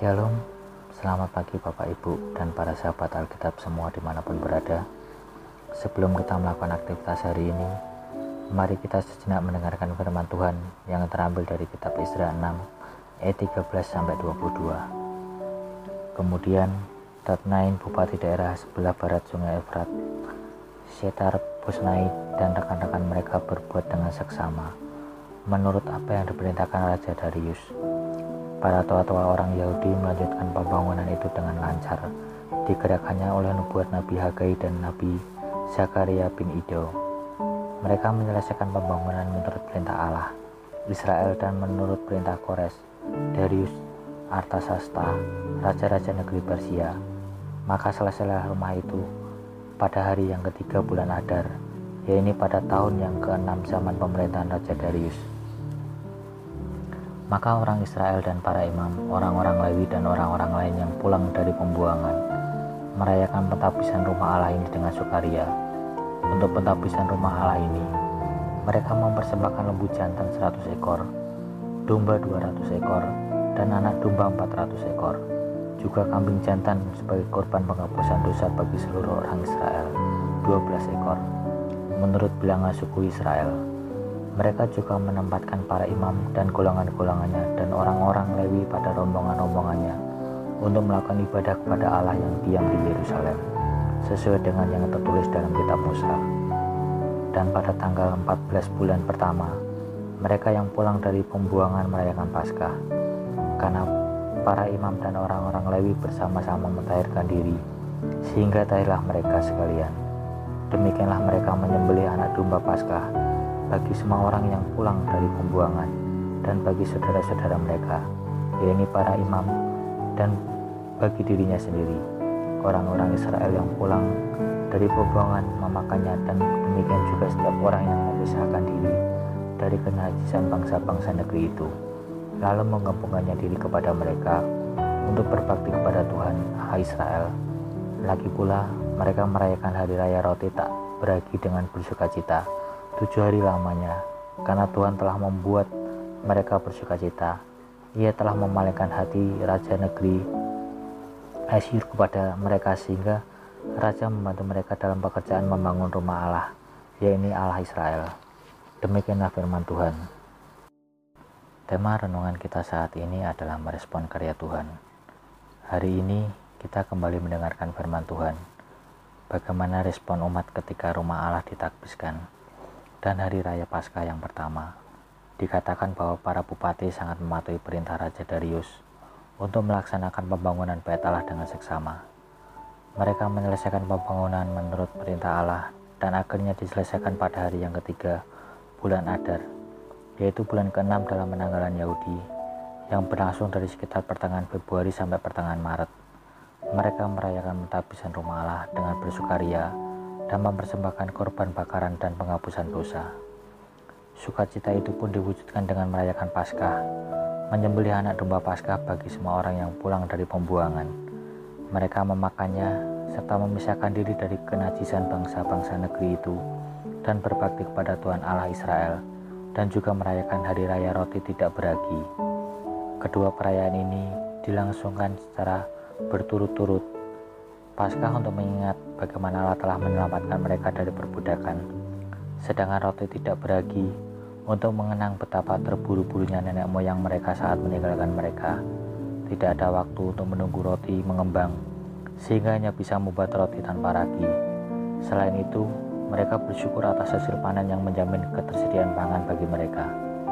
Shalom, selamat pagi Bapak Ibu dan para sahabat Alkitab semua dimanapun berada. Sebelum kita melakukan aktivitas hari ini, mari kita sejenak mendengarkan firman Tuhan yang terambil dari kitab Isra 6 ayat 13-22. Kemudian Tatnain, bupati daerah sebelah barat sungai Efrat, Setar-Bosnai dan rekan-rekan mereka berbuat dengan seksama menurut apa yang diperintahkan Raja Darius. Para tua-tua orang Yahudi melanjutkan pembangunan itu dengan lancar, digerakkannya oleh nubuat Nabi Hagai dan Nabi Zakaria bin Ido. Mereka menyelesaikan pembangunan menurut perintah Allah, Israel, dan menurut perintah Kores, Darius, Artasasta, raja-raja negeri Persia. Maka selesailah rumah itu pada hari yang ketiga bulan Adar, yaitu pada tahun yang ke-6 zaman pemerintahan Raja Darius. Maka orang Israel dan para imam, orang-orang Lewi dan orang-orang lain yang pulang dari pembuangan merayakan pentabisan rumah Allah ini dengan sukaria. Untuk pentabisan rumah Allah ini, mereka mempersembahkan lembu jantan 100 ekor, domba 200 ekor, dan anak domba 400 ekor, juga kambing jantan sebagai korban penghapusan dosa bagi seluruh orang Israel, 12 ekor, menurut bilangan suku Israel. Mereka juga menempatkan para imam dan golongan-golongannya dan orang-orang Lewi pada rombongan-rombongannya untuk melakukan ibadah kepada Allah yang diam di Yerusalem, sesuai dengan yang tertulis dalam kitab Musa. Dan pada tanggal 14 bulan pertama, mereka yang pulang dari pembuangan merayakan Paskah, karena para imam dan orang-orang Lewi bersama-sama mentahirkan diri, sehingga tahirlah mereka sekalian. Demikianlah mereka menyembelih anak domba Paskah bagi semua orang yang pulang dari pembuangan dan bagi saudara-saudara mereka, yaitu para imam, dan bagi dirinya sendiri. Orang-orang Israel yang pulang dari pembuangan memakannya, dan demikian juga setiap orang yang memisahkan diri dari kenajisan bangsa-bangsa negeri itu, lalu menggabungkannya diri kepada mereka untuk berbakti kepada Tuhan Allah Israel. Lagi pula mereka merayakan hari raya roti tak beragi dengan bersukacita 7 hari lamanya, karena Tuhan telah membuat mereka bersukacita. Ia telah memalingkan hati raja negeri Asyur kepada mereka, sehingga raja membantu mereka dalam pekerjaan membangun rumah Allah, yaitu Allah Israel. Demikianlah firman Tuhan. Tema renungan kita saat ini adalah merespon karya Tuhan. Hari ini kita kembali mendengarkan firman Tuhan, bagaimana respon umat ketika rumah Allah ditakbiskan. Dan hari raya Paskah yang pertama, dikatakan bahwa para bupati sangat mematuhi perintah Raja Darius untuk melaksanakan pembangunan Bait Allah dengan seksama. Mereka menyelesaikan pembangunan menurut perintah Allah dan akhirnya diselesaikan pada hari yang ketiga bulan Adar, yaitu bulan ke-6 dalam penanggalan Yahudi, yang berlangsung dari sekitar pertengahan Februari sampai pertengahan Maret. Mereka merayakan pentabisan rumah Allah dengan bersukaria dan mempersembahkan korban bakaran dan penghapusan dosa. Sukacita itu pun diwujudkan dengan merayakan Paskah, menyembelih anak domba Paskah bagi semua orang yang pulang dari pembuangan. Mereka memakannya serta memisahkan diri dari kenajisan bangsa-bangsa negeri itu dan berbakti kepada Tuhan Allah Israel, dan juga merayakan hari raya roti tidak beragi. Kedua perayaan ini dilangsungkan secara berturut-turut. Paskah untuk mengingat bagaimana Allah telah menyelamatkan mereka dari perbudakan, sedangkan roti tidak beragi untuk mengenang betapa terburu-burunya nenek moyang mereka saat meninggalkan mereka. Tidak ada waktu untuk menunggu roti mengembang, sehingga hanya bisa membuat roti tanpa ragi. Selain itu, mereka bersyukur atas hasil panen yang menjamin ketersediaan pangan bagi mereka.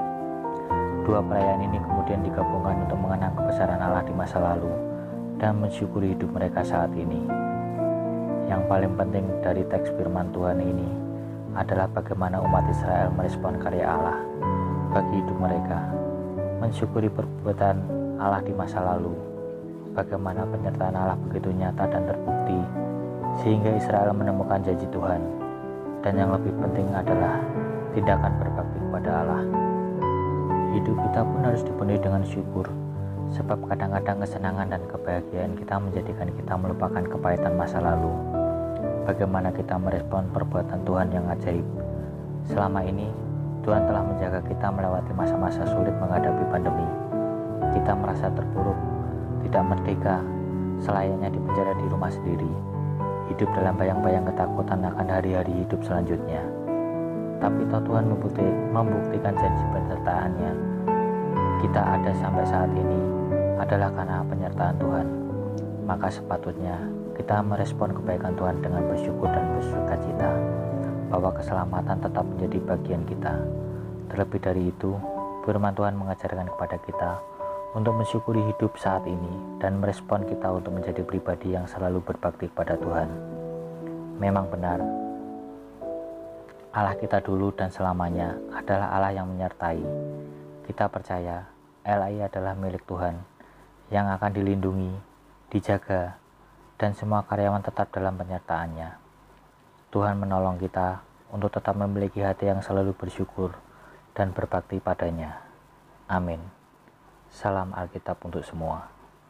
Dua perayaan ini kemudian digabungkan untuk mengenang kebesaran Allah di masa lalu dan mensyukuri hidup mereka saat ini. Yang paling penting dari teks firman Tuhan ini adalah bagaimana umat Israel merespon karya Allah bagi hidup mereka, mensyukuri perbuatan Allah di masa lalu, bagaimana penyertaan Allah begitu nyata dan terbukti, sehingga Israel menemukan janji Tuhan, dan yang lebih penting adalah tindakan berbakti kepada Allah. Hidup kita pun harus dipenuhi dengan syukur, sebab kadang-kadang kesenangan dan kebahagiaan kita menjadikan kita melupakan kepahitan masa lalu. Bagaimana kita merespon perbuatan Tuhan yang ajaib. Selama ini, Tuhan telah menjaga kita melewati masa-masa sulit menghadapi pandemi. Kita merasa terpuruk tidak merdeka, selayaknya dipenjara di rumah sendiri, hidup dalam bayang-bayang ketakutan akan hari-hari hidup selanjutnya. Tapi toh Tuhan membuktikan janji penyertaannya. Kita ada sampai saat ini adalah karena penyertaan Tuhan. Maka sepatutnya kita merespon kebaikan Tuhan dengan bersyukur dan bersukacita bahwa keselamatan tetap menjadi bagian kita. Terlebih dari itu, firman Tuhan mengajarkan kepada kita untuk mensyukuri hidup saat ini dan merespon kita untuk menjadi pribadi yang selalu berbakti kepada Tuhan. Memang benar, Allah kita dulu dan selamanya adalah Allah yang menyertai. Kita percaya LAI adalah milik Tuhan yang akan dilindungi, dijaga, dan semua karyawan tetap dalam penyertaannya. Tuhan menolong kita untuk tetap memiliki hati yang selalu bersyukur dan berbakti padanya. Amin. Salam Alkitab untuk semua.